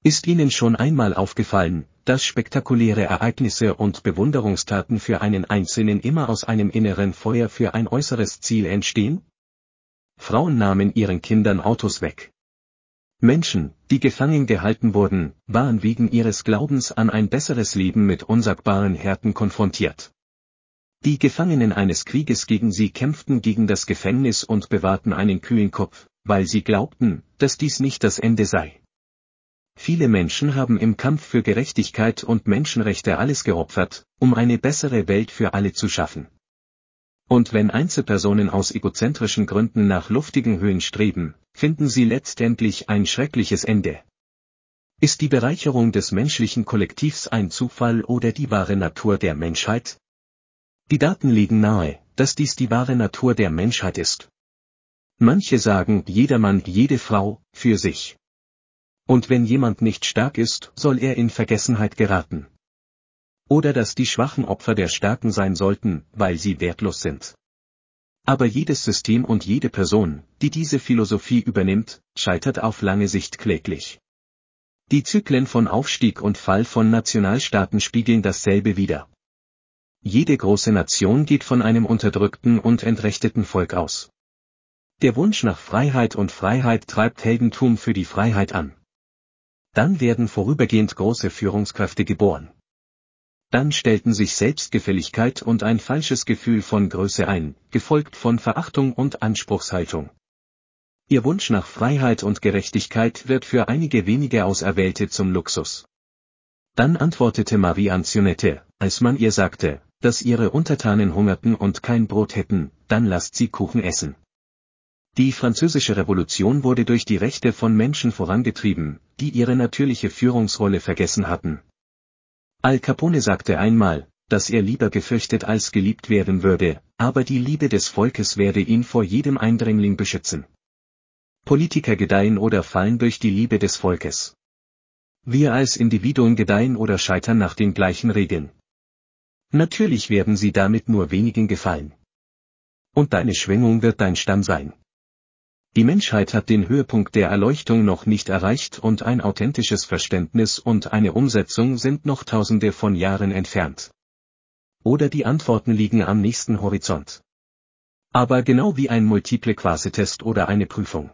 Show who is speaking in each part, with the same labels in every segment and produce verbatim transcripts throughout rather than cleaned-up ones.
Speaker 1: Ist Ihnen schon einmal aufgefallen, dass spektakuläre Ereignisse und Bewunderungstaten für einen Einzelnen immer aus einem inneren Feuer für ein äußeres Ziel entstehen? Frauen nahmen ihren Kindern Autos weg. Menschen, die gefangen gehalten wurden, waren wegen ihres Glaubens an ein besseres Leben mit unsagbaren Härten konfrontiert. Die Gefangenen eines Krieges gegen sie kämpften gegen das Gefängnis und bewahrten einen kühlen Kopf, weil sie glaubten, dass dies nicht das Ende sei. Viele Menschen haben im Kampf für Gerechtigkeit und Menschenrechte alles geopfert, um eine bessere Welt für alle zu schaffen. Und wenn Einzelpersonen aus egozentrischen Gründen nach luftigen Höhen streben, finden sie letztendlich ein schreckliches Ende. Ist die Bereicherung des menschlichen Kollektivs ein Zufall oder die wahre Natur der Menschheit? Die Daten legen nahe, dass dies die wahre Natur der Menschheit ist. Manche sagen, jeder Mann, jede Frau, für sich. Und wenn jemand nicht stark ist, soll er in Vergessenheit geraten. Oder dass die schwachen Opfer der Starken sein sollten, weil sie wertlos sind. Aber jedes System und jede Person, die diese Philosophie übernimmt, scheitert auf lange Sicht kläglich. Die Zyklen von Aufstieg und Fall von Nationalstaaten spiegeln dasselbe wider. Jede große Nation geht von einem unterdrückten und entrechteten Volk aus. Der Wunsch nach Freiheit und Freiheit treibt Heldentum für die Freiheit an. Dann werden vorübergehend große Führungskräfte geboren. Dann stellten sich Selbstgefälligkeit und ein falsches Gefühl von Größe ein, gefolgt von Verachtung und Anspruchshaltung. Ihr Wunsch nach Freiheit und Gerechtigkeit wird für einige wenige Auserwählte zum Luxus. Dann antwortete Marie Antoinette, als man ihr sagte, dass ihre Untertanen hungerten und kein Brot hätten, dann lasst sie Kuchen essen. Die Französische Revolution wurde durch die Rechte von Menschen vorangetrieben, die ihre natürliche Führungsrolle vergessen hatten. Al Capone sagte einmal, dass er lieber gefürchtet als geliebt werden würde, aber die Liebe des Volkes werde ihn vor jedem Eindringling beschützen. Politiker gedeihen oder fallen durch die Liebe des Volkes. Wir als Individuen gedeihen oder scheitern nach den gleichen Regeln. Natürlich werden sie damit nur wenigen gefallen. Und deine Schwingung wird dein Stamm sein. Die Menschheit hat den Höhepunkt der Erleuchtung noch nicht erreicht und ein authentisches Verständnis und eine Umsetzung sind noch Tausende von Jahren entfernt. Oder die Antworten liegen am nächsten Horizont. Aber genau wie ein Multiple-Quase-Test oder eine Prüfung.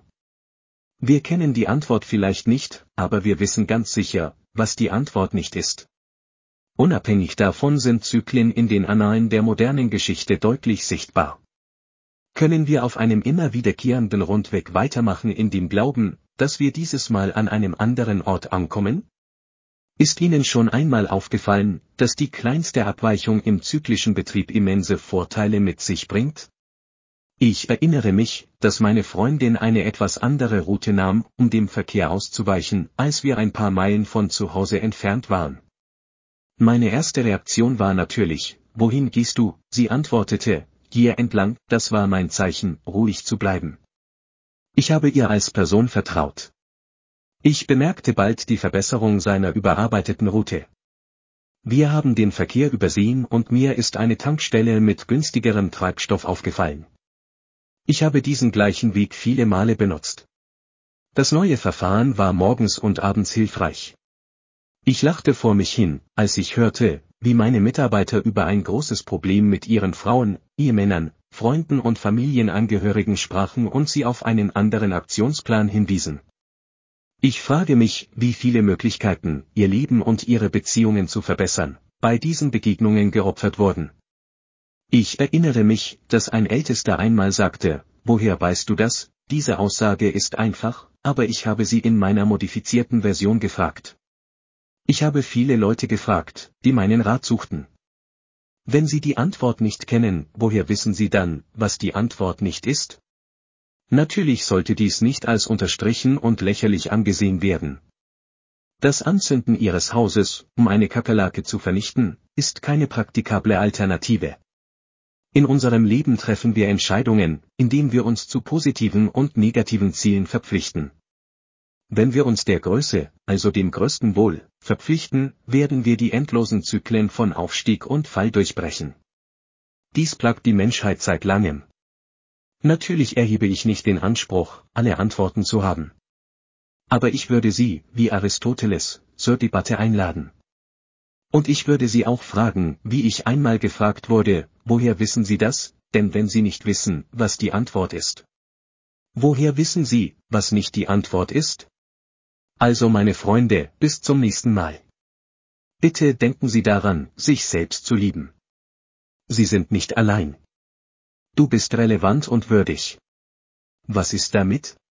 Speaker 1: Wir kennen die Antwort vielleicht nicht, aber wir wissen ganz sicher, was die Antwort nicht ist. Unabhängig davon sind Zyklen in den Annalen der modernen Geschichte deutlich sichtbar. Können wir auf einem immer wiederkehrenden Rundweg weitermachen in dem Glauben, dass wir dieses Mal an einem anderen Ort ankommen? Ist Ihnen schon einmal aufgefallen, dass die kleinste Abweichung im zyklischen Betrieb immense Vorteile mit sich bringt? Ich erinnere mich, dass meine Freundin eine etwas andere Route nahm, um dem Verkehr auszuweichen, als wir ein paar Meilen von zu Hause entfernt waren. Meine erste Reaktion war natürlich, wohin gehst du? Sie antwortete, hier entlang, das war mein Zeichen, ruhig zu bleiben. Ich habe ihr als Person vertraut. Ich bemerkte bald die Verbesserung seiner überarbeiteten Route. Wir haben den Verkehr übersehen und mir ist eine Tankstelle mit günstigerem Treibstoff aufgefallen. Ich habe diesen gleichen Weg viele Male benutzt. Das neue Verfahren war morgens und abends hilfreich. Ich lachte vor mich hin, als ich hörte, wie meine Mitarbeiter über ein großes Problem mit ihren Frauen, Ehemännern, Freunden und Familienangehörigen sprachen und sie auf einen anderen Aktionsplan hinwiesen. Ich frage mich, wie viele Möglichkeiten, ihr Leben und ihre Beziehungen zu verbessern, bei diesen Begegnungen geopfert wurden. Ich erinnere mich, dass ein Ältester einmal sagte, woher weißt du das? Diese Aussage ist einfach, aber ich habe sie in meiner modifizierten Version gefragt. Ich habe viele Leute gefragt, die meinen Rat suchten. Wenn Sie die Antwort nicht kennen, woher wissen Sie dann, was die Antwort nicht ist? Natürlich sollte dies nicht als unterstrichen und lächerlich angesehen werden. Das Anzünden Ihres Hauses, um eine Kakerlake zu vernichten, ist keine praktikable Alternative. In unserem Leben treffen wir Entscheidungen, indem wir uns zu positiven und negativen Zielen verpflichten. Wenn wir uns der Größe, also dem größten Wohl, verpflichten, werden wir die endlosen Zyklen von Aufstieg und Fall durchbrechen. Dies plagt die Menschheit seit langem. Natürlich erhebe ich nicht den Anspruch, alle Antworten zu haben. Aber ich würde Sie, wie Aristoteles, zur Debatte einladen. Und ich würde Sie auch fragen, wie ich einmal gefragt wurde, woher wissen Sie das, denn wenn Sie nicht wissen, was die Antwort ist. Woher wissen Sie, was nicht die Antwort ist? Also meine Freunde, bis zum nächsten Mal. Bitte denken Sie daran, sich selbst zu lieben. Sie sind nicht allein. Du bist relevant und würdig. Was ist damit?